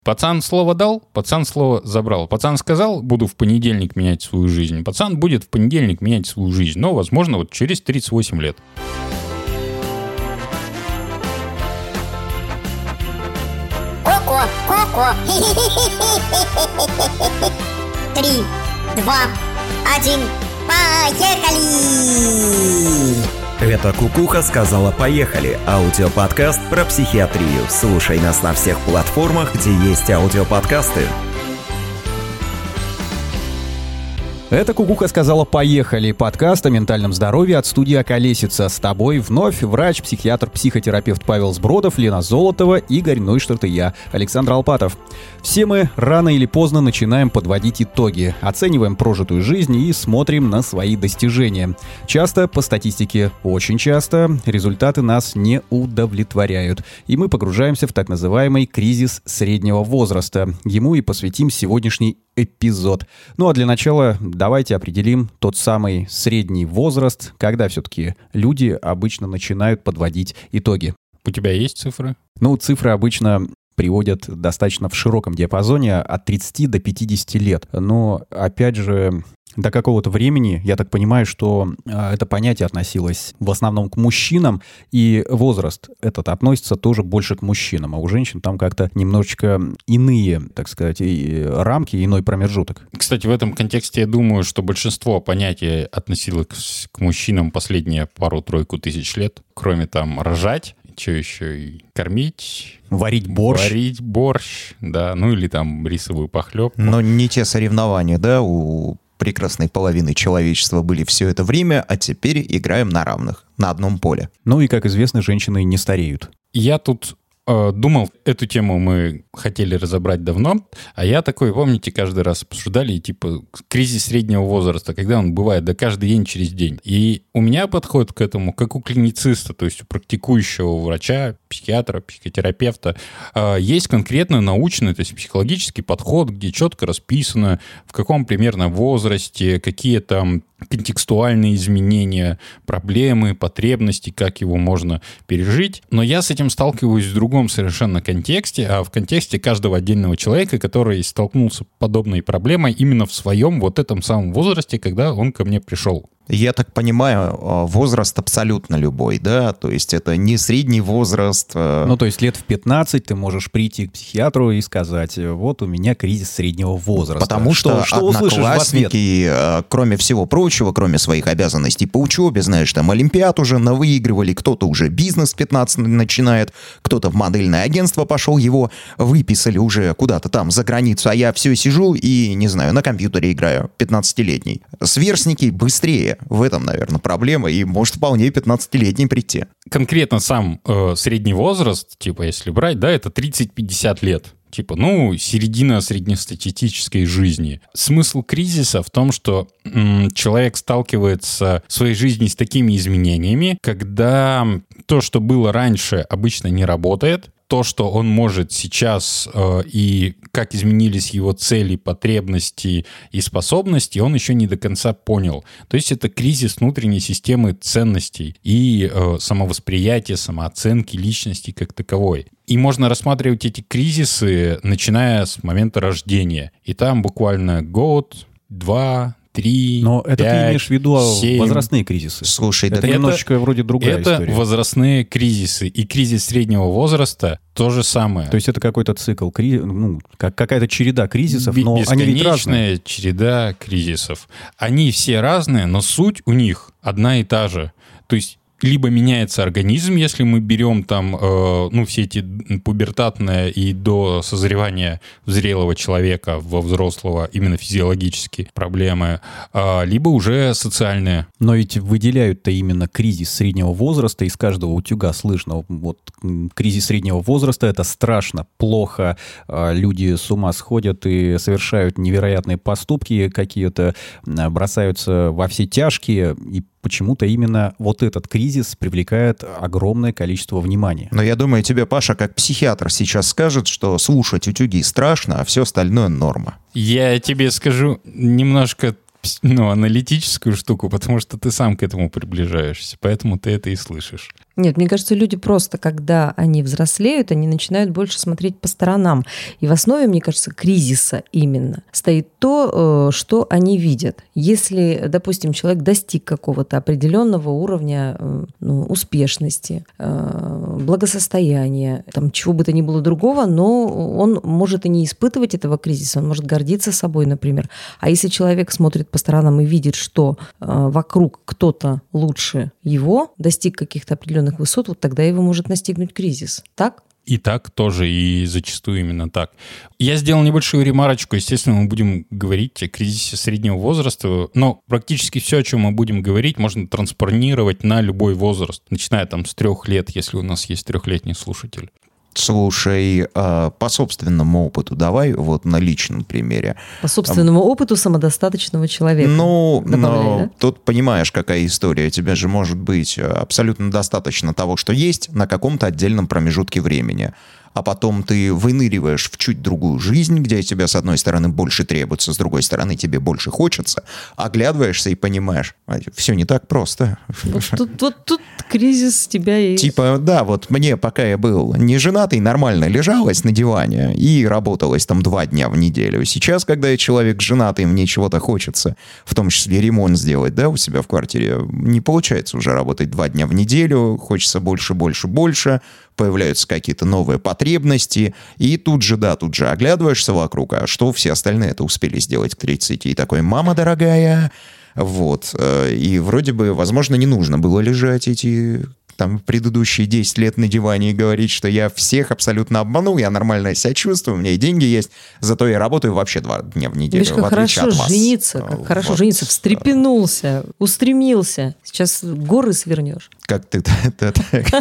Пацан слово дал, пацан слово забрал. Пацан сказал, буду в понедельник менять свою жизнь. Пацан будет в понедельник менять свою жизнь. Но, возможно, вот через 38 лет. Ко-ко, ко-ко. 3, 2, 1, поехали! Это Кукуха сказала «Поехали» – аудиоподкаст про психиатрию. Слушай нас на всех платформах, где есть аудиоподкасты. Это Кукуха сказала «Поехали» — подкаст о ментальном здоровье от студии «Околесица». С тобой вновь врач, психиатр, психотерапевт Павел Сбродов, Лена Золотова, Игорь Нойштарт и я, Александр Алпатов. Все мы рано или поздно начинаем подводить итоги, оцениваем прожитую жизнь и смотрим на свои достижения. Часто, по статистике очень часто, результаты нас не удовлетворяют, и мы погружаемся в так называемый кризис среднего возраста. Ему и посвятим сегодняшний эпизод. Ну а для начала давайте определим тот самый средний возраст, когда все-таки люди обычно начинают подводить итоги. У тебя есть цифры? Ну, цифры обычно приводят достаточно в широком диапазоне от 30 до 50 лет. Но, опять же, до какого-то времени, я так понимаю, что это понятие относилось в основном к мужчинам, и возраст этот относится тоже больше к мужчинам, а у женщин там как-то немножечко иные, так сказать, рамки, иной промежуток. Кстати, в этом контексте я думаю, что большинство понятий относилось к мужчинам последние пару-тройку тысяч лет, кроме там рожать, что еще и кормить... Варить борщ, да, ну или там рисовую похлебку. Но не те соревнования, да, у прекрасной половины человечества были все это время, а теперь играем на равных, на одном поле. Ну и, как известно, женщины не стареют. Я тут думал, эту тему мы хотели разобрать давно, а я такой, помните, каждый раз обсуждали, типа, кризис среднего возраста, когда он бывает, да каждый день через день. И у меня подход к этому, как у клинициста, то есть у практикующего врача, психиатра, психотерапевта, есть конкретно научный, то есть психологический подход, где четко расписано, в каком примерно возрасте, какие там контекстуальные изменения, проблемы, потребности, как его можно пережить. Но я с этим сталкиваюсь в другом совершенно контексте, а в контексте каждого отдельного человека, который столкнулся с подобной проблемой именно в своем вот этом самом возрасте, когда он ко мне пришел. Я так понимаю, возраст абсолютно любой, да? То есть это не средний возраст. Ну, то есть лет в 15 ты можешь прийти к психиатру и сказать, вот у меня кризис среднего возраста. Потому что одноклассники, кроме всего прочего, кроме своих обязанностей по учебе, знаешь, там олимпиад уже навыигрывали, кто-то уже бизнес в 15 начинает, кто-то в модельное агентство пошел, его выписали уже куда-то там за границу, а я все сижу и, не знаю, на компьютере играю, 15-летний. Сверстники быстрее. В этом, наверное, проблема, и может вполне 15-летний прийти. Конкретно сам средний возраст, типа, если брать, да, это 30-50 лет. Типа, ну, середина среднестатистической жизни. Смысл кризиса в том, что человек сталкивается в своей жизни с такими изменениями, когда то, что было раньше, обычно не работает. То, что он может сейчас и как изменились его цели, потребности и способности, он еще не до конца понял. То есть это кризис внутренней системы ценностей и самовосприятия, самооценки личности как таковой. И можно рассматривать эти кризисы, начиная с момента рождения. И там буквально год, 2, 3, Но это 5, ты имеешь в виду 7. возрастные кризисы. Слушай, это немножечко вроде другая история. Это возрастные кризисы. И кризис среднего возраста то же самое. То есть это какой-то цикл, какая-то череда кризисов, но они ведь разные. Бесконечная череда кризисов. Они все разные, но суть у них одна и та же. То есть либо меняется организм, если мы берем там, все эти пубертатные и до созревания зрелого человека во взрослого именно физиологические проблемы, либо уже социальные. Но ведь выделяют-то именно кризис среднего возраста, из каждого утюга слышно, вот кризис среднего возраста — это страшно, плохо, люди с ума сходят и совершают невероятные поступки какие-то, бросаются во все тяжкие, и почему-то именно вот этот кризис привлекает огромное количество внимания. Но я думаю, тебе Паша как психиатр сейчас скажет, что слушать утюги страшно, а все остальное норма. Я тебе скажу немножко аналитическую штуку, потому что ты сам к этому приближаешься, поэтому ты это и слышишь. Нет, мне кажется, люди просто, когда они взрослеют, они начинают больше смотреть по сторонам. И в основе, мне кажется, кризиса именно стоит то, что они видят. Если, допустим, человек достиг какого-то определенного уровня успешности, благосостояния, там, чего бы то ни было другого, но он может и не испытывать этого кризиса, он может гордиться собой, например. А если человек смотрит по сторонам и видит, что вокруг кто-то лучше его, достиг каких-то определенных высот, вот тогда его может настигнуть кризис. Так? И так тоже, и зачастую именно так. Я сделал небольшую ремарочку. Естественно, мы будем говорить о кризисе среднего возраста, но практически все, о чем мы будем говорить, можно транспонировать на любой возраст, начиная там с 3 лет, если у нас есть 3-летний слушатель. Слушай, по собственному опыту давай, вот на личном примере. По собственному опыту самодостаточного человека. Но тут понимаешь, какая история. Тебе же может быть абсолютно достаточно того, что есть на каком-то отдельном промежутке времени. А потом ты выныриваешь в чуть другую жизнь, где тебе, с одной стороны, больше требуется, с другой стороны, тебе больше хочется, оглядываешься и понимаешь, все не так просто. Вот тут кризис тебя и... Типа, да, вот мне, пока я был не женатый, нормально лежалась на диване и работалась там 2 дня в неделю. Сейчас, когда я человек женатый, мне чего-то хочется, в том числе ремонт сделать, да, у себя в квартире, не получается уже работать 2 дня в неделю, хочется больше, появляются какие-то новые потребности, и тут же оглядываешься вокруг, а что все остальные это успели сделать к 30, и такой, мама дорогая, вот, и вроде бы, возможно, не нужно было лежать эти там предыдущие 10 лет на диване и говорить, что я всех абсолютно обманул, я нормально себя чувствую, у меня и деньги есть, зато я работаю вообще 2 дня в неделю, видишь, как в отличие от вас. Хорошо жениться, встрепенулся, устремился, сейчас горы свернешь. Как ты... Это,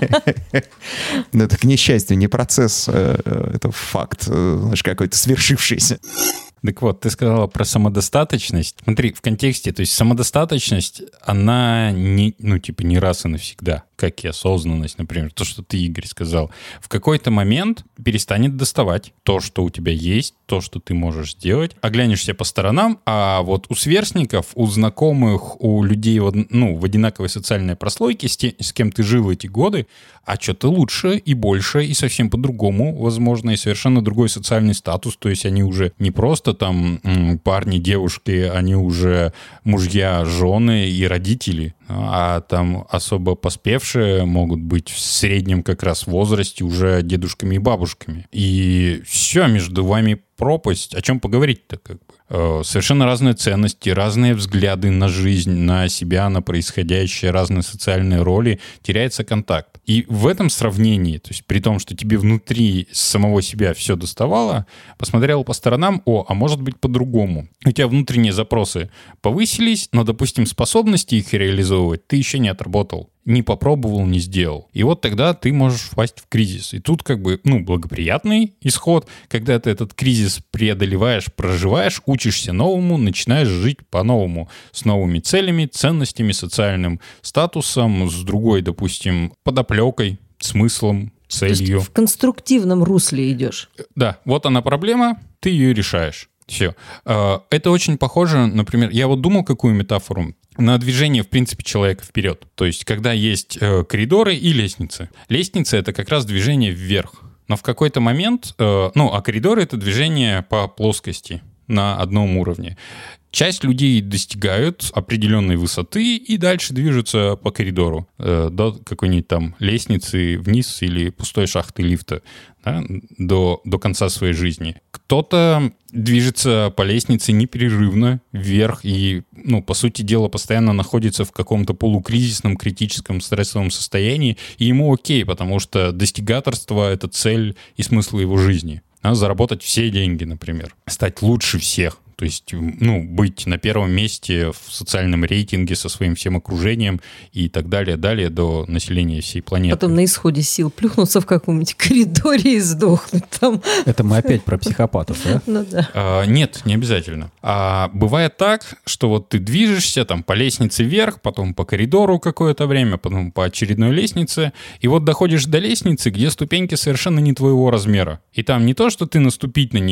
к несчастью, не процесс, это факт, знаешь, какой-то свершившийся. Так вот, ты сказала про самодостаточность. Смотри, в контексте, то есть самодостаточность, она не раз и навсегда, как и осознанность, например, то, что ты, Игорь, сказал. В какой-то момент перестанет доставать то, что у тебя есть, то, что ты можешь сделать. Оглянешься по сторонам, а вот у сверстников, у знакомых, у людей в одинаковой социальной прослойке, с кем ты жил эти годы, а что-то лучше и больше, и совсем по-другому, возможно, и совершенно другой социальный статус. То есть они уже не просто там парни, девушки, они уже мужья, жены и родители, а там особо поспевшие могут быть в среднем как раз возрасте уже дедушками и бабушками. И все, между вами пропасть. О чем поговорить-то как бы? Совершенно разные ценности, разные взгляды на жизнь, на себя, на происходящее, разные социальные роли, теряется контакт. И в этом сравнении, то есть при том, что тебе внутри самого себя все доставало, посмотрел по сторонам, а может быть по-другому. У тебя внутренние запросы повысились, но, допустим, способности их реализовывать ты еще не отработал. Не попробовал, не сделал. И вот тогда ты можешь впасть в кризис. И тут как бы, благоприятный исход, когда ты этот кризис преодолеваешь, проживаешь, учишься новому, начинаешь жить по-новому, с новыми целями, ценностями, социальным статусом, с другой, допустим, подоплекой, смыслом, целью. То есть в конструктивном русле идешь. Да, вот она проблема, ты ее решаешь. Все. Это очень похоже, например, я вот думал, какую метафору, на движение, в принципе, человека вперед. То есть, когда есть коридоры и лестницы. Лестница — это как раз движение вверх. Но в какой-то момент, а коридоры — это движение по плоскости на одном уровне. Часть людей достигают определенной высоты и дальше движутся по коридору до какой-нибудь там лестницы вниз или пустой шахты лифта, да, до конца своей жизни. Кто-то движется по лестнице непрерывно вверх и, по сути дела, постоянно находится в каком-то полукризисном, критическом, стрессовом состоянии, и ему окей, потому что достигаторство — это цель и смысл его жизни. Заработать все деньги, например, стать лучше всех. То есть, быть на первом месте в социальном рейтинге со своим всем окружением и так далее, далее до населения всей планеты. Потом на исходе сил плюхнуться в каком-нибудь коридоре и сдохнуть там. Это мы опять про психопатов, да? Ну да. Нет, не обязательно. Бывает так, что вот ты движешься там по лестнице вверх, потом по коридору какое-то время, потом по очередной лестнице, и вот доходишь до лестницы, где ступеньки совершенно не твоего размера. И там не то, что ты наступить на них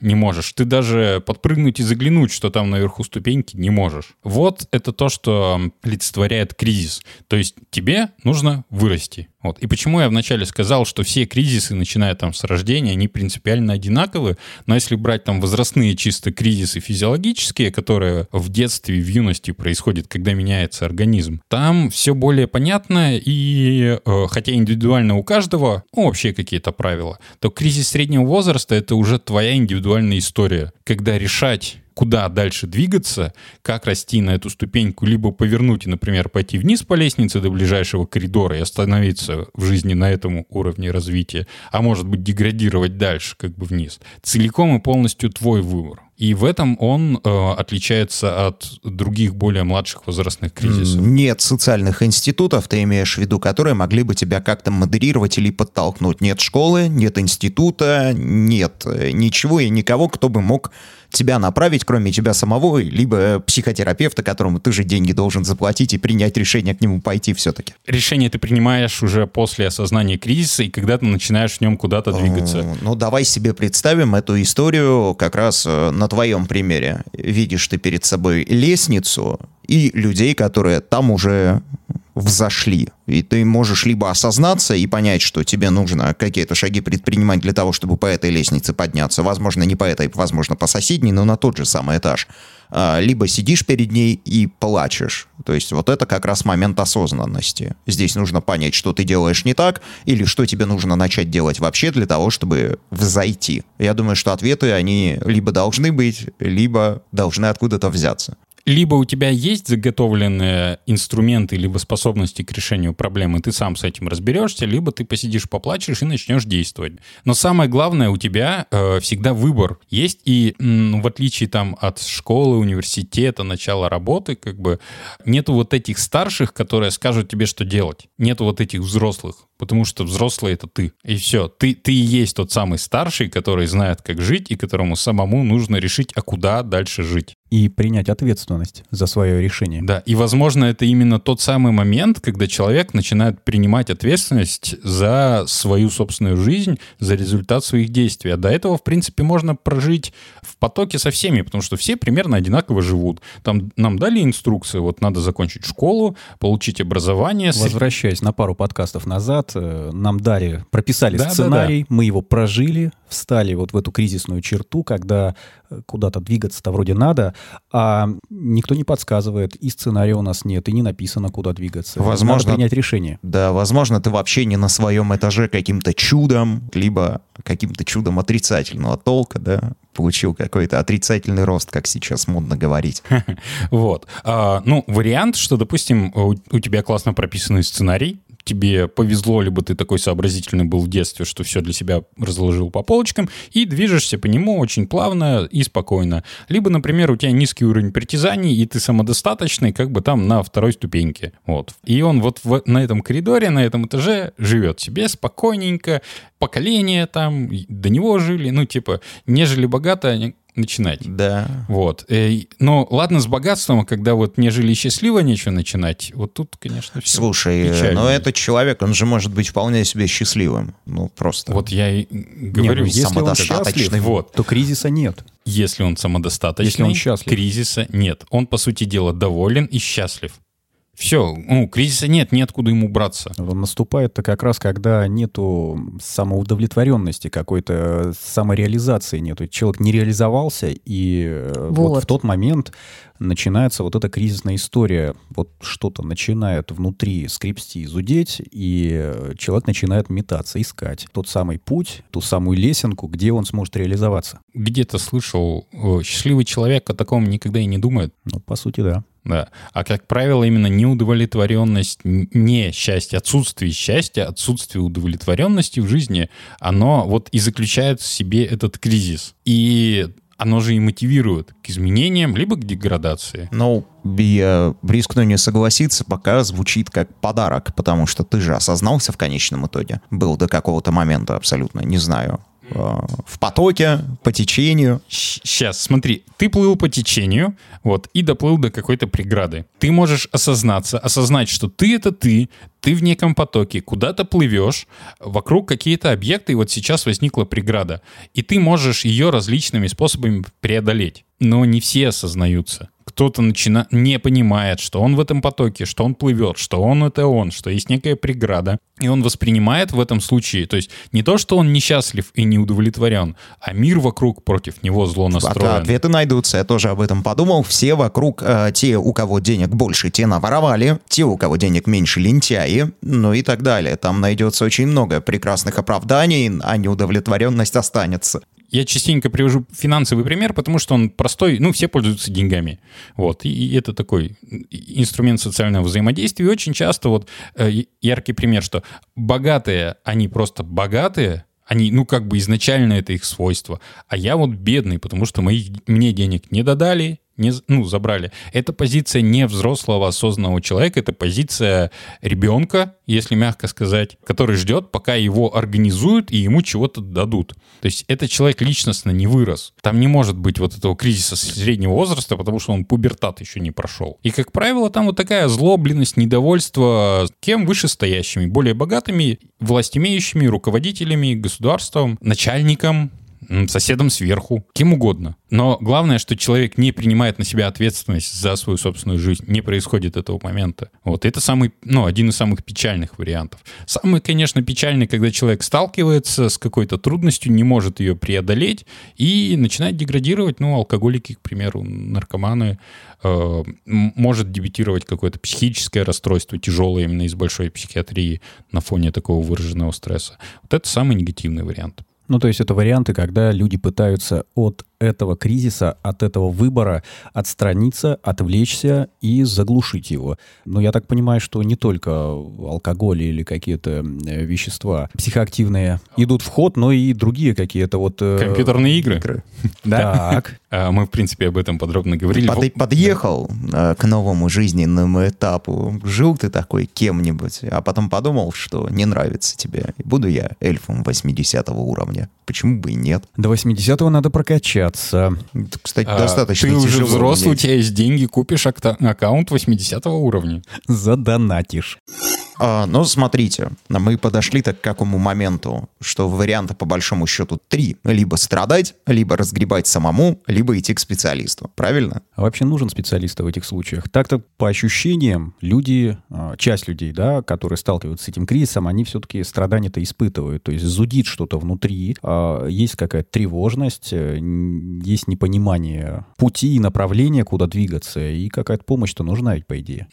не можешь. Ты даже подпрыгнуть и заглянуть, что там наверху ступеньки, не можешь. Вот это то, что олицетворяет кризис. То есть тебе нужно вырасти. Вот. И почему я вначале сказал, что все кризисы, начиная там с рождения, они принципиально одинаковы, но если брать там возрастные чисто кризисы физиологические, которые в детстве, в юности происходят, когда меняется организм, там все более понятно, и хотя индивидуально у каждого общие какие-то правила, то кризис среднего возраста — это уже твоя индивидуальная история, когда решать, куда дальше двигаться, как расти на эту ступеньку, либо повернуть и, например, пойти вниз по лестнице до ближайшего коридора и остановиться в жизни на этом уровне развития, а может быть деградировать дальше, как бы вниз. Целиком и полностью твой выбор. И в этом он отличается от других более младших возрастных кризисов. Нет социальных институтов, ты имеешь в виду, которые могли бы тебя как-то модерировать или подтолкнуть. Нет школы, нет института, нет ничего и никого, кто бы мог тебя направить, кроме тебя самого, либо психотерапевта, которому ты же деньги должен заплатить и принять решение к нему пойти все-таки. Решение ты принимаешь уже после осознания кризиса, и когда ты начинаешь в нем куда-то двигаться. Ну, давай себе представим эту историю как раз на твоем примере. Видишь ты перед собой лестницу и людей, которые там уже взошли. И ты можешь либо осознаться и понять, что тебе нужно какие-то шаги предпринимать для того, чтобы по этой лестнице подняться. Возможно, не по этой, возможно, по соседней, но на тот же самый этаж. Либо сидишь перед ней и плачешь. То есть вот это как раз момент осознанности. Здесь нужно понять, что ты делаешь не так, или что тебе нужно начать делать вообще для того, чтобы взойти. Я думаю, что ответы, они либо должны быть, либо должны откуда-то взяться. Либо у тебя есть заготовленные инструменты, либо способности к решению проблемы, ты сам с этим разберешься, либо ты посидишь, поплачешь и начнешь действовать. Но самое главное, у тебя всегда выбор есть, и в отличие там от школы, университета, начала работы, как бы нету вот этих старших, которые скажут тебе, что делать. Нету вот этих взрослых. Потому что взрослый — это ты. И все. Ты и есть тот самый старший, который знает, как жить, и которому самому нужно решить, а куда дальше жить. И принять ответственность за свое решение. Да, и, возможно, это именно тот самый момент, когда человек начинает принимать ответственность за свою собственную жизнь, за результат своих действий. А до этого, в принципе, можно прожить в потоке со всеми, потому что все примерно одинаково живут. Там нам дали инструкции, вот надо закончить школу, получить образование. Возвращаясь на пару подкастов назад, нам прописали сценарий, мы его прожили, встали вот в эту кризисную черту, когда куда-то двигаться-то вроде надо, а никто не подсказывает, и сценария у нас нет, и не написано, куда двигаться. Возможно, надо принять решение. Да, возможно, ты вообще не на своем этаже каким-то чудом, либо каким-то чудом отрицательного толка, да, получил какой-то отрицательный рост, как сейчас модно говорить. Вот. Вариант, что, допустим, у тебя классно прописанный сценарий, тебе повезло, либо ты такой сообразительный был в детстве, что все для себя разложил по полочкам, и движешься по нему очень плавно и спокойно. Либо, например, у тебя низкий уровень притязаний, и ты самодостаточный, как бы там на второй ступеньке. Вот. И он вот на этом коридоре, на этом этаже живет себе спокойненько, поколение там, до него жили, нежели богато начинать. Да. Вот. Но ладно с богатством, когда вот не жили счастливо, нечего начинать. Вот тут, конечно, все Слушай, печально. но этот человек, он же может быть вполне себе счастливым. Ну, просто. Вот я и говорю, если он счастлив, то кризиса нет. Если он самодостаточный, если он счастлив, кризиса нет. Он, по сути дела, доволен и счастлив. Все, кризиса нет, неоткуда ему браться. Он наступает-то как раз, когда нету самоудовлетворенности, какой-то самореализации нету. Человек не реализовался, и вот в тот момент начинается вот эта кризисная история. Вот что-то начинает внутри скрипсти, зудеть, и человек начинает метаться, искать тот самый путь, ту самую лесенку, где он сможет реализоваться. Где-то слышал, счастливый человек о таком никогда и не думает. Ну, по сути, да. Да. А, как правило, именно неудовлетворенность, не счастье, отсутствие счастья, отсутствие удовлетворенности в жизни, оно вот и заключает в себе этот кризис. И оно же и мотивирует к изменениям, либо к деградации. Ну, я рискну не согласиться, пока звучит как подарок, потому что ты же осознался в конечном итоге. Был до какого-то момента абсолютно, не знаю, в потоке, по течению. Сейчас, смотри, ты плыл по течению, вот, и доплыл до какой-то преграды. Ты можешь осознать, что ты — это ты ты в неком потоке, куда-то плывешь, вокруг какие-то объекты, и вот сейчас возникла преграда, и ты можешь ее различными способами преодолеть. Но не все осознаются. Кто-то не понимает, что он в этом потоке, что он плывет, что он — это он, что есть некая преграда. И он воспринимает в этом случае, то есть не то, что он несчастлив и не удовлетворен, а мир вокруг против него зло настроен. Ответы найдутся, я тоже об этом подумал. Все вокруг, те, у кого денег больше, те наворовали, те, у кого денег меньше, лентяи, ну и так далее. Там найдется очень много прекрасных оправданий, а неудовлетворенность останется. Я частенько привожу финансовый пример, потому что он простой, все пользуются деньгами. Вот. И это такой инструмент социального взаимодействия. И очень часто яркий пример, что богатые, они просто богатые, они, изначально это их свойство. А я бедный, потому что мне денег не додали, забрали. Это позиция не взрослого осознанного человека, это позиция ребенка, если мягко сказать, который ждет, пока его организуют и ему чего-то дадут. То есть этот человек личностно не вырос. Там не может быть этого кризиса среднего возраста, потому что он пубертат еще не прошел. И, как правило, там такая озлобленность, недовольство кем вышестоящими, более богатыми, властимеющими, руководителями, государством, начальником, соседом сверху, кем угодно. Но главное, что человек не принимает на себя ответственность за свою собственную жизнь. Не происходит этого момента. Это один из самых печальных вариантов. Самый, конечно, печальный, когда человек сталкивается с какой-то трудностью, не может ее преодолеть и начинает деградировать. Алкоголики, к примеру, наркоманы, может дебютировать какое-то психическое расстройство, тяжелое именно из большой психиатрии на фоне такого выраженного стресса. Это самый негативный вариант. То есть это варианты, когда люди пытаются от этого кризиса, от этого выбора отстраниться, отвлечься и заглушить его. Но я так понимаю, что не только алкоголь или какие-то вещества психоактивные идут в ход, но и другие какие-то компьютерные игры. Да. Так. Мы, в принципе, об этом подробно говорили. Ты подъехал к новому жизненному этапу, жил ты такой кем-нибудь, а потом подумал, что не нравится тебе. И буду я эльфом 80 уровня. Почему бы и нет? До 80-го надо прокачаться. Кстати, достаточно тяжело. Ты уже взрослый, менять. у тебя есть деньги, купишь аккаунт 80 уровня. Задонатишь. Но смотрите, мы подошли к какому моменту, что варианта по большому счету 3. Либо страдать, либо разгребать самому, либо идти к специалисту. Правильно? А вообще нужен специалист в этих случаях? Так-то по ощущениям люди, часть людей, да, которые сталкиваются с этим кризисом, они все-таки страдания-то испытывают. То есть зудит что-то внутри, есть какая-то тревожность, есть непонимание пути и направления, куда двигаться, и какая-то помощь-то нужна ведь, по идее.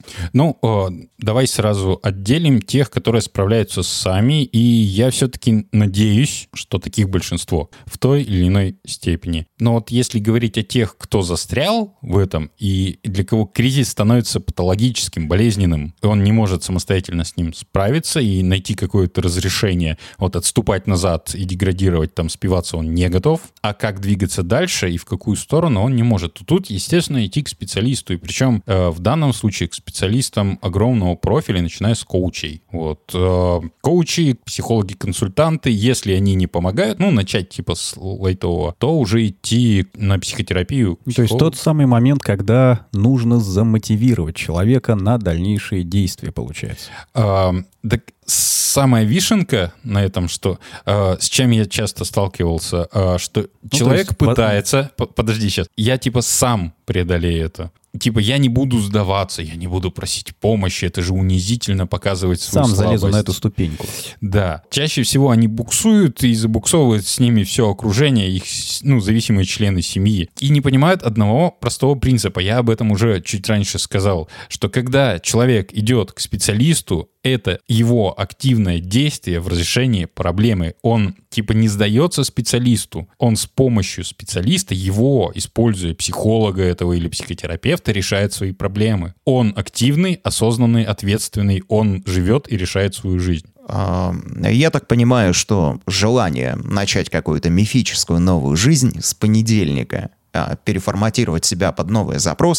Давай сразу отделим тех, которые справляются сами, и я все-таки надеюсь, что таких большинство в той или иной степени. Но если говорить о тех, кто застрял в этом, и для кого кризис становится патологическим, болезненным, и он не может самостоятельно с ним справиться и найти какое-то разрешение, отступать назад и деградировать, спиваться он не готов, а как двигаться дальше и в какую сторону он не может. Тут, естественно, идти к специалисту, и причем в данном случае к специалистам огромного профиля, начиная с коучей. Коучи, психологи-консультанты, если они не помогают, начать с лайтового, то уже идти на психотерапию. То есть тот самый момент, когда нужно замотивировать человека на дальнейшие действия, получается. Так самая вишенка на этом, что с чем я часто сталкивался, что человек пытается... Подожди сейчас. Я сам преодолею это. Я не буду сдаваться, я не буду просить помощи, это же унизительно показывать свою слабость. Сам залезу на эту ступеньку. Да. Чаще всего они буксуют и забуксовывают с ними все окружение, их зависимые члены семьи. И не понимают одного простого принципа. Я об этом уже чуть раньше сказал, что когда человек идет к специалисту, это его активное действие в разрешении проблемы. Он не сдается специалисту. Он с помощью специалиста, его, используя психолога этого или психотерапевта, решает свои проблемы. Он активный, осознанный, ответственный. Он живет и решает свою жизнь. Я так понимаю, что желание начать какую-то мифическую новую жизнь с понедельника, переформатировать себя под новые запросы,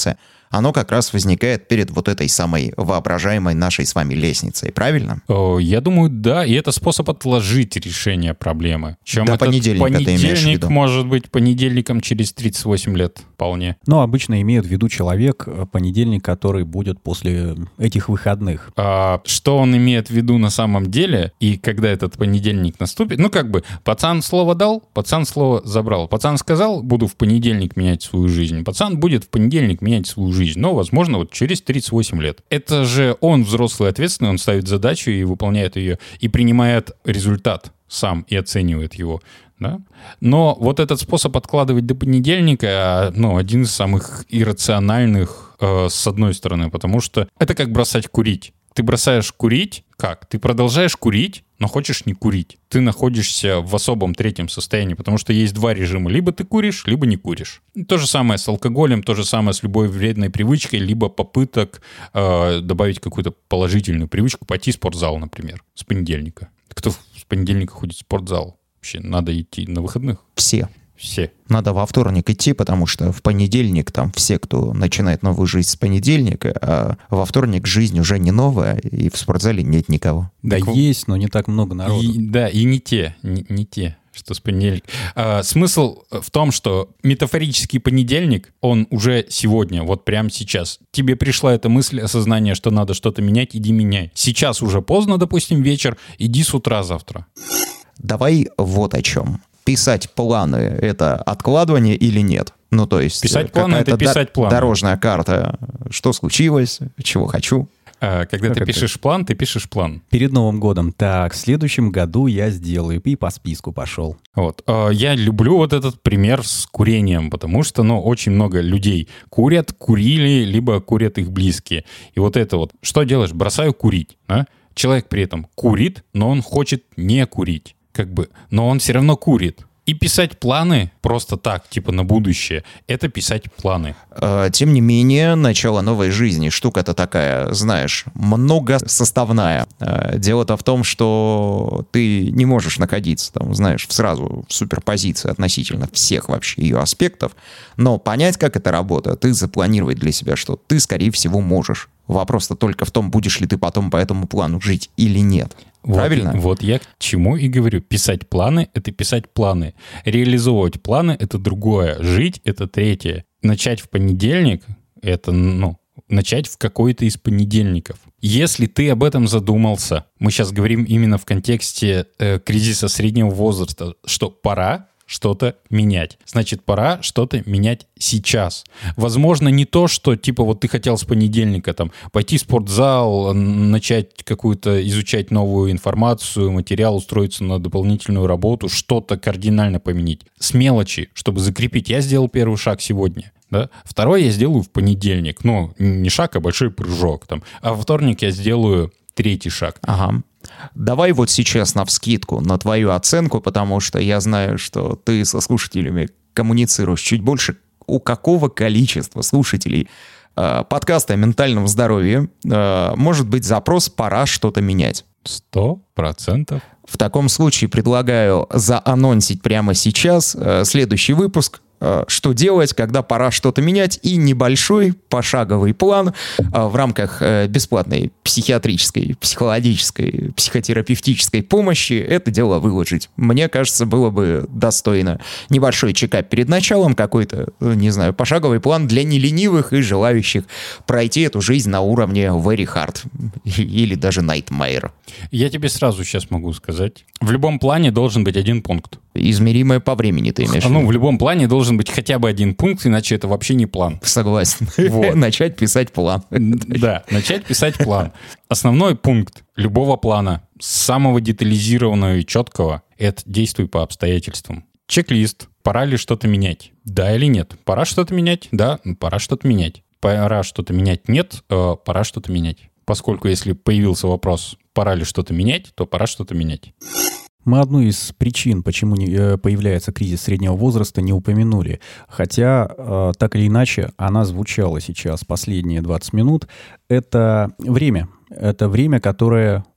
оно как раз возникает перед вот этой самой воображаемой нашей с вами лестницей, правильно? Я думаю, да, и это способ отложить решение проблемы. Чем до этот понедельника ты имеешь в понедельник виду? может быть понедельником через 38 лет вполне. Но обычно имеют в виду человек, понедельник, который будет после этих выходных. Что он имеет в виду на самом деле, и когда этот понедельник наступит, ну как бы, пацан слово дал, пацан слово забрал. Пацан сказал, буду в понедельник менять свою жизнь. Пацан будет в понедельник менять свою жизнь, но, возможно, вот через 38 лет. Это же он взрослый, ответственный, он ставит задачу и выполняет ее, и принимает результат сам, и оценивает его. Да? Но вот этот способ откладывать до понедельника, ну, один из самых иррациональных, с одной стороны, потому что это как бросать курить. Ты бросаешь курить, как? Ты продолжаешь курить, но хочешь не курить. Ты находишься в особом третьем состоянии, потому что есть два режима. Либо ты куришь, либо не куришь. То же самое с алкоголем, то же самое с любой вредной привычкой, либо попыток добавить какую-то положительную привычку, пойти в спортзал, например, с понедельника. Кто с понедельника ходит в спортзал? Вообще надо идти на выходных? Все. Надо во вторник идти, потому что в понедельник там все, кто начинает новую жизнь с понедельника, а во вторник жизнь уже не новая, и в спортзале нет никого. Да, есть, но не так много народу. И не те, что с понедельника. Смысл в том, что метафорический понедельник, он уже сегодня, вот прямо сейчас. Тебе пришла эта мысль, осознание, что надо что-то менять, иди меняй. Сейчас уже поздно, допустим, вечер, иди с утра завтра. Давай вот о чем. Писать планы — это откладывание или нет? Ну, то есть... Писать планы — это писать планы. Дорожная карта. Что случилось, чего хочу. Когда ты пишешь план, ты пишешь план. Перед Новым годом. Так, в следующем году я сделаю. И по списку пошел. Вот. Я люблю вот этот пример с курением, потому что, очень много людей курят, курили, либо курят их близкие. И вот это вот. Что делаешь? Бросаю курить. Да? Человек при этом курит, но он хочет не курить. Но он все равно курит. И писать планы просто так, типа на будущее, это писать планы. Тем не менее, начало новой жизни, штука-то такая, знаешь, многосоставная. Дело-то в том, что ты не можешь находиться там, знаешь, сразу в суперпозиции относительно всех вообще ее аспектов, но понять, как это работает, и запланировать для себя, что ты, скорее всего, можешь. Вопрос-то только в том, будешь ли ты потом по этому плану жить или нет. Правильно? Вот я к чему и говорю. Писать планы — это писать планы. Реализовывать планы — это другое. Жить — это третье. Начать в понедельник — это, начать в какой-то из понедельников. Если ты об этом задумался, мы сейчас говорим именно в контексте кризиса среднего возраста, что пора что-то менять. Значит, пора что-то менять сейчас. Возможно, не то, что, ты хотел с понедельника пойти в спортзал, начать изучать новую информацию, материал, устроиться на дополнительную работу, что-то кардинально поменять. С мелочи, чтобы закрепить. Я сделал первый шаг сегодня. Да? Второй я сделаю в понедельник. Не шаг, а большой прыжок. А во вторник я сделаю третий шаг. Ага. Давай вот сейчас навскидку на твою оценку, потому что я знаю, что ты со слушателями коммуницируешь чуть больше. У какого количества слушателей подкаста о ментальном здоровье может быть запрос «пора что-то менять»? 100%. В таком случае предлагаю заанонсить прямо сейчас следующий выпуск. Что делать, когда пора что-то менять, и небольшой пошаговый план в рамках бесплатной психиатрической, психологической, психотерапевтической помощи это дело выложить. Мне кажется, было бы достойно. Небольшой чекап перед началом, какой-то, пошаговый план для неленивых и желающих пройти эту жизнь на уровне very hard или даже nightmare. Я тебе сразу сейчас могу сказать. В любом плане должен быть один пункт. Измеримое по времени ты имеешь в виду? В любом плане должен быть хотя бы один пункт, иначе это вообще не план. Согласен. Вот. Начать писать план. Да, начать писать план. Основной пункт любого плана, самого детализированного и четкого, это действуй по обстоятельствам. Чек-лист. Пора ли что-то менять? Да или нет? Пора что-то менять? Да, пора что-то менять. Пора что-то менять? Нет, пора что-то менять. Поскольку если появился вопрос, пора ли что-то менять, то пора что-то менять. Мы одну из причин, почему появляется кризис среднего возраста, не упомянули. Хотя, так или иначе, она звучала сейчас последние 20 минут. Это время. Это время, которое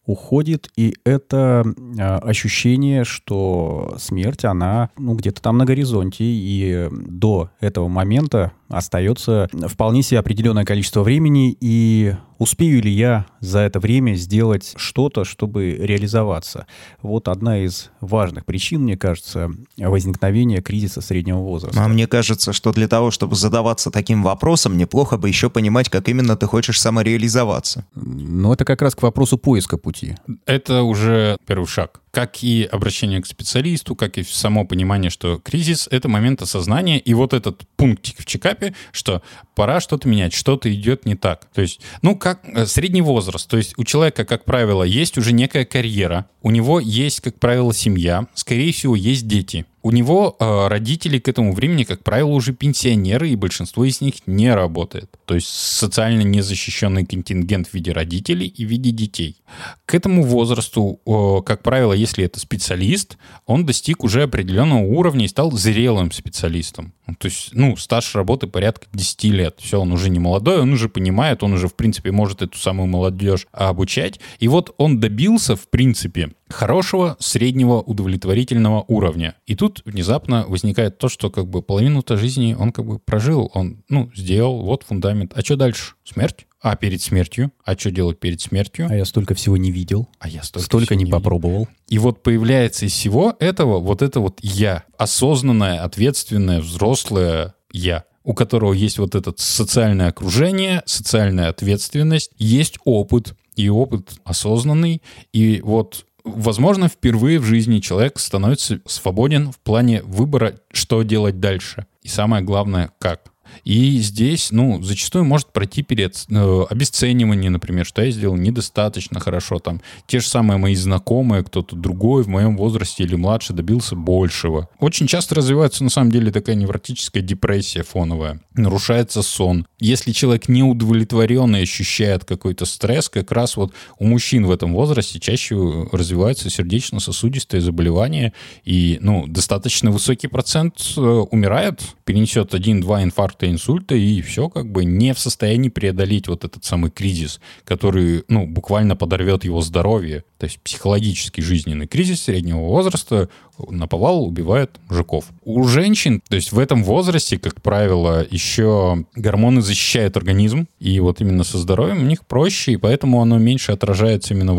уходит, и это ощущение, что смерть, она где-то там на горизонте, и до этого момента остается вполне себе определенное количество времени, и успею ли я за это время сделать что-то, чтобы реализоваться? Вот одна из важных причин, мне кажется, возникновения кризиса среднего возраста. А мне кажется, что для того, чтобы задаваться таким вопросом, неплохо бы еще понимать, как именно ты хочешь самореализоваться. Но это как раз к вопросу поиска пути. Это уже первый шаг. Как и обращение к специалисту, как и само понимание, что кризис — это момент осознания, и вот этот пунктик в чекапе, что пора что-то менять, что-то идет не так. То есть, как средний возраст, то есть у человека, как правило, есть уже некая карьера, у него есть, как правило, семья, скорее всего, есть дети. У него родители к этому времени, как правило, уже пенсионеры, и большинство из них не работает. То есть социально незащищенный контингент в виде родителей и в виде детей. К этому возрасту, как правило, если это специалист, он достиг уже определенного уровня и стал зрелым специалистом. То есть, стаж работы порядка 10 лет. Все, он уже не молодой, он уже понимает, он уже, в принципе, может эту самую молодежь обучать. И вот он добился, в принципе, хорошего, среднего, удовлетворительного уровня. И тут внезапно возникает то, что половину-то жизни он прожил, он, сделал, вот фундамент. А что дальше? Смерть? А перед смертью? А что делать перед смертью? А я столько всего не видел. А я столько не попробовал. И вот появляется из всего этого вот это вот я. Осознанное, ответственное, взрослое я, у которого есть вот это социальное окружение, социальная ответственность, есть опыт, и опыт осознанный. И вот, возможно, впервые в жизни человек становится свободен в плане выбора, что делать дальше. И самое главное, как. И здесь, зачастую может пройти период обесценивания, например, что я сделал недостаточно хорошо. Там те же самые мои знакомые, кто-то другой в моем возрасте или младше добился большего. Очень часто развивается, на самом деле, такая невротическая депрессия фоновая. Нарушается сон. Если человек неудовлетворенный ощущает какой-то стресс, как раз вот у мужчин в этом возрасте чаще развиваются сердечно-сосудистые заболевания, и, достаточно высокий процент умирает, перенесет 1-2 инфаркта, инсульта, и все не в состоянии преодолеть вот этот самый кризис, который, буквально подорвет его здоровье. То есть психологический жизненный кризис среднего возраста наповал убивает мужиков. У женщин, то есть в этом возрасте, как правило, еще гормоны защищают организм, и вот именно со здоровьем у них проще, и поэтому оно меньше отражается именно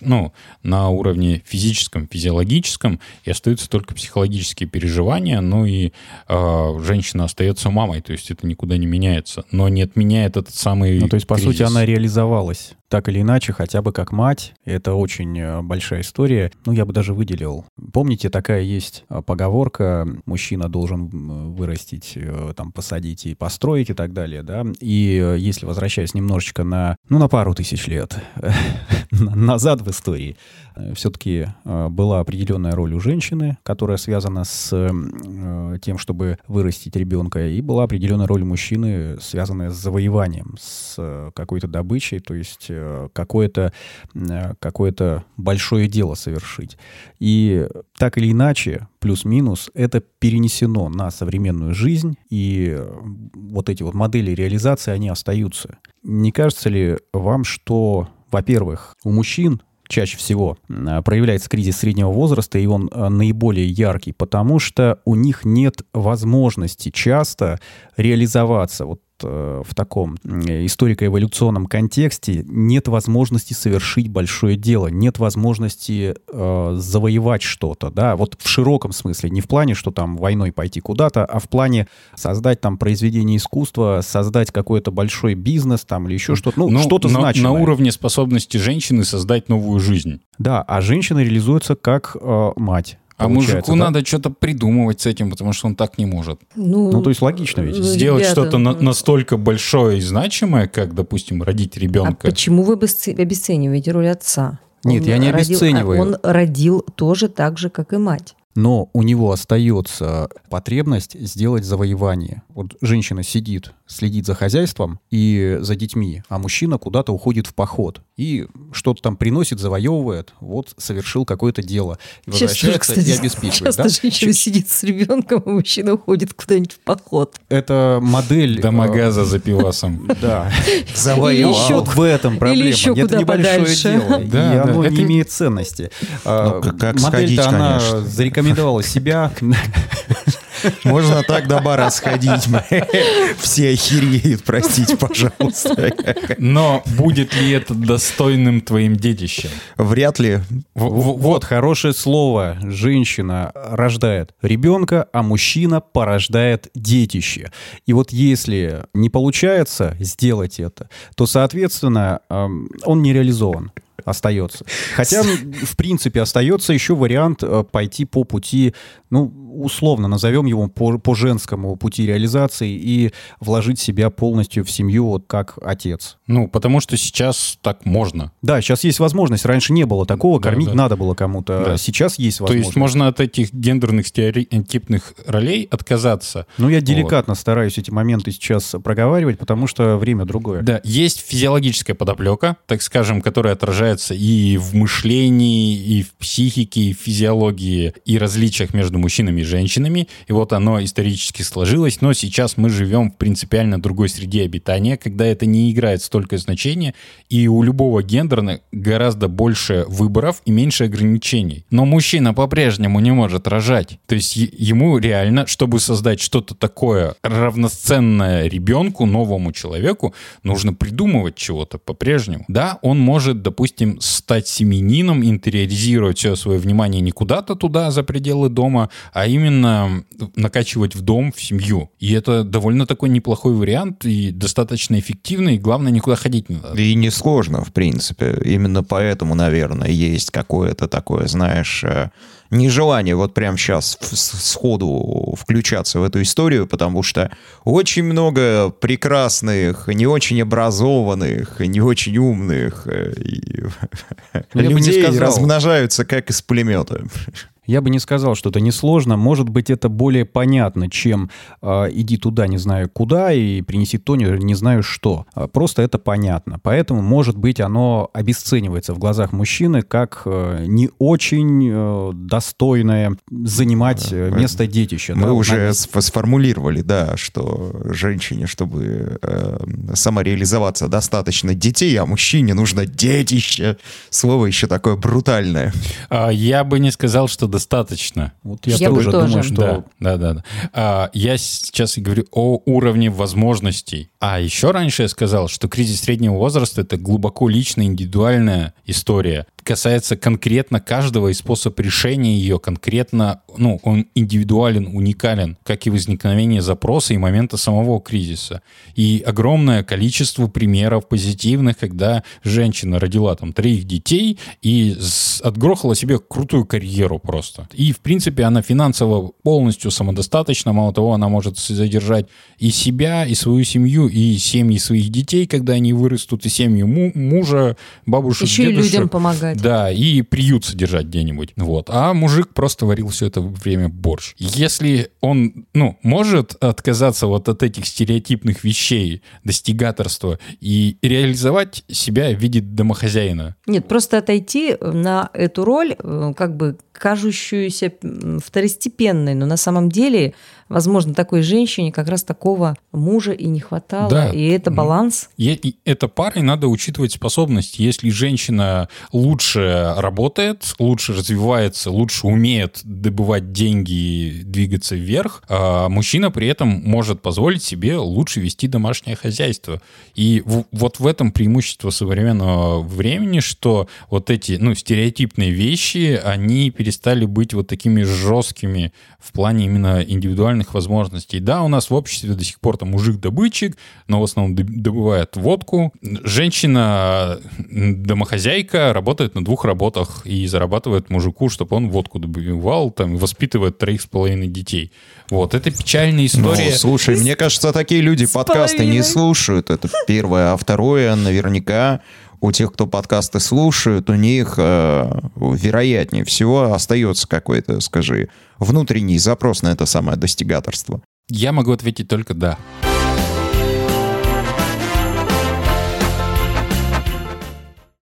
на уровне физическом, физиологическом, и остаются только психологические переживания, и женщина остается мамой, то есть это никуда не меняется, но не отменяет этот самый то есть, по кризис. сути, она реализовалась так или иначе, хотя бы как мать. Это очень большая история. Я бы даже выделил. Помните, такая есть поговорка: мужчина должен вырастить, посадить и построить и так далее, да? И если возвращаясь немножечко на пару тысяч лет назад в истории, все-таки была определенная роль у женщины, которая связана с тем, чтобы вырастить ребенка, и была определенная роль у мужчины, связанная с завоеванием, с какой-то добычей, то есть какое-то большое дело совершить. И так или иначе, плюс-минус, это перенесено на современную жизнь, и вот эти вот модели реализации, они остаются. Не кажется ли вам, что, во-первых, у мужчин чаще всего проявляется кризис среднего возраста, и он наиболее яркий, потому что у них нет возможности часто реализоваться в таком историко-эволюционном контексте, нет возможности совершить большое дело, нет возможности завоевать что-то, да, вот в широком смысле, не в плане, что там войной пойти куда-то, а в плане создать там произведение искусства, создать какой-то большой бизнес там или еще что-то, что-то значимое. На уровне способности женщины создать новую жизнь. Да, а женщина реализуется как мать. А мужику надо что-то придумывать с этим, потому что он так не может. То есть логично ведь. Сделать что-то настолько большое и значимое, как, допустим, родить ребенка. А почему вы обесцениваете роль отца? Нет, я не обесцениваю. Он родил тоже так же, как и мать. Но у него остается потребность сделать завоевание. Вот женщина сидит следит за хозяйством и за детьми, а мужчина куда-то уходит в поход и что-то там приносит, завоевывает, вот совершил какое-то дело, и возвращается и обеспечивает. Часто женщина сидит с ребенком, а мужчина уходит куда-нибудь в поход. Это модель... До магаза за пивасом. Да. Завоевал. Вот в этом проблема. Или еще Это куда небольшое подальше. дело, и Да, оно да. не имеет ценности. как сходить, Модель-то она конечно. зарекомендовала себя. Можно так до бара сходить. Все охереют, простите, пожалуйста. Но будет ли это достойным твоим детищем? Вряд ли. Вот хорошее слово. Женщина рождает ребенка, а мужчина порождает детище. И вот если не получается сделать это, то, соответственно, он не реализован. Остается. Хотя, в принципе, остается еще вариант пойти по пути, ну, условно назовем его по женскому пути реализации и вложить себя полностью в семью вот как отец. Ну, потому что сейчас так можно. Да, сейчас есть возможность. Раньше не было такого, Да, кормить да. надо было кому-то. Да. Сейчас есть То возможность. есть можно от этих гендерных стереотипных ролей отказаться. Ну, я деликатно стараюсь эти моменты сейчас проговаривать, потому что время другое. Да, есть физиологическая подоплека, так скажем, которая отражается и в мышлении, и в психике, и в физиологии, и различиях между мужчинами и женщинами. И вот оно исторически сложилось, но сейчас мы живем в принципиально другой среде обитания, когда это не играет столько значения, и у любого гендера гораздо больше выборов и меньше ограничений. Но мужчина по-прежнему не может рожать. То есть ему реально, чтобы создать что-то такое равноценное ребенку, новому человеку, нужно придумывать чего-то по-прежнему. Да, он может, допустим, стать семенином, интериоризировать все свое внимание не куда-то туда, за пределы дома, а именно накачивать в дом, в семью. И это довольно такой неплохой вариант и достаточно эффективный, и главное, никуда ходить не надо. И несложно, в принципе. Именно поэтому, наверное, есть какое-то такое, знаешь, нежелание вот прямо сейчас сходу включаться в эту историю, потому что очень много прекрасных, не очень образованных, не очень умных людей размножаются как из пулемета. Я бы не сказал, что это несложно. Может быть, это более понятно, чем иди туда, не знаю куда, и принеси то, не знаю что. Просто это понятно. Поэтому, может быть, оно обесценивается в глазах мужчины как не очень достойное занимать место детища. Мы да, уже сформулировали, да, что женщине, чтобы самореализоваться, достаточно детей, а мужчине нужно детище. Слово еще такое брутальное. Я бы не сказал, что достаточно. Вот я тоже думаю, что... Да. Я сейчас и говорю о уровне возможностей. А еще раньше я сказал, что кризис среднего возраста — это глубоко личная, индивидуальная история. Касается конкретно каждого, и способ решения ее конкретно, ну, он индивидуален, уникален, как и возникновение запроса и момента самого кризиса. И огромное количество примеров позитивных, когда женщина родила там 3 детей и отгрохала себе крутую карьеру просто. И, в принципе, она финансово полностью самодостаточна. Мало того, она может содержать и себя, и свою семью, и семьи своих детей, когда они вырастут, и семьи мужа, бабушек, еще дедушек. И людям помогать. Да, и приют содержать где-нибудь. Вот. А мужик просто варил все это время борщ. Если он, может отказаться вот от этих стереотипных вещей, достигаторства, и реализовать себя в виде домохозяина. Нет, просто отойти на эту роль, как бы кажущуюся второстепенной, но на самом деле, возможно, такой женщине как раз такого мужа и не хватало, да. И это баланс. И это парой надо учитывать способности. Если женщина лучше работает, лучше развивается, лучше умеет добывать деньги и двигаться вверх, а мужчина при этом может позволить себе лучше вести домашнее хозяйство. И вот в этом преимущество современного времени, что вот эти стереотипные вещи, они перестали быть вот такими жесткими в плане именно индивидуальных возможностей. Да, у нас в обществе до сих пор там мужик-добытчик, но в основном добывает водку. Женщина-домохозяйка работает на 2 работах и зарабатывает мужику, чтобы он водку добывал, там, и воспитывает 3,5 детей. Вот, это печальная история. Слушай, мне кажется, такие люди подкасты не слушают. Это первое. А второе, наверняка, у тех, кто подкасты слушают, у них, вероятнее всего, остается какой-то, скажи, внутренний запрос на это самое достигаторство. Я могу ответить только «да».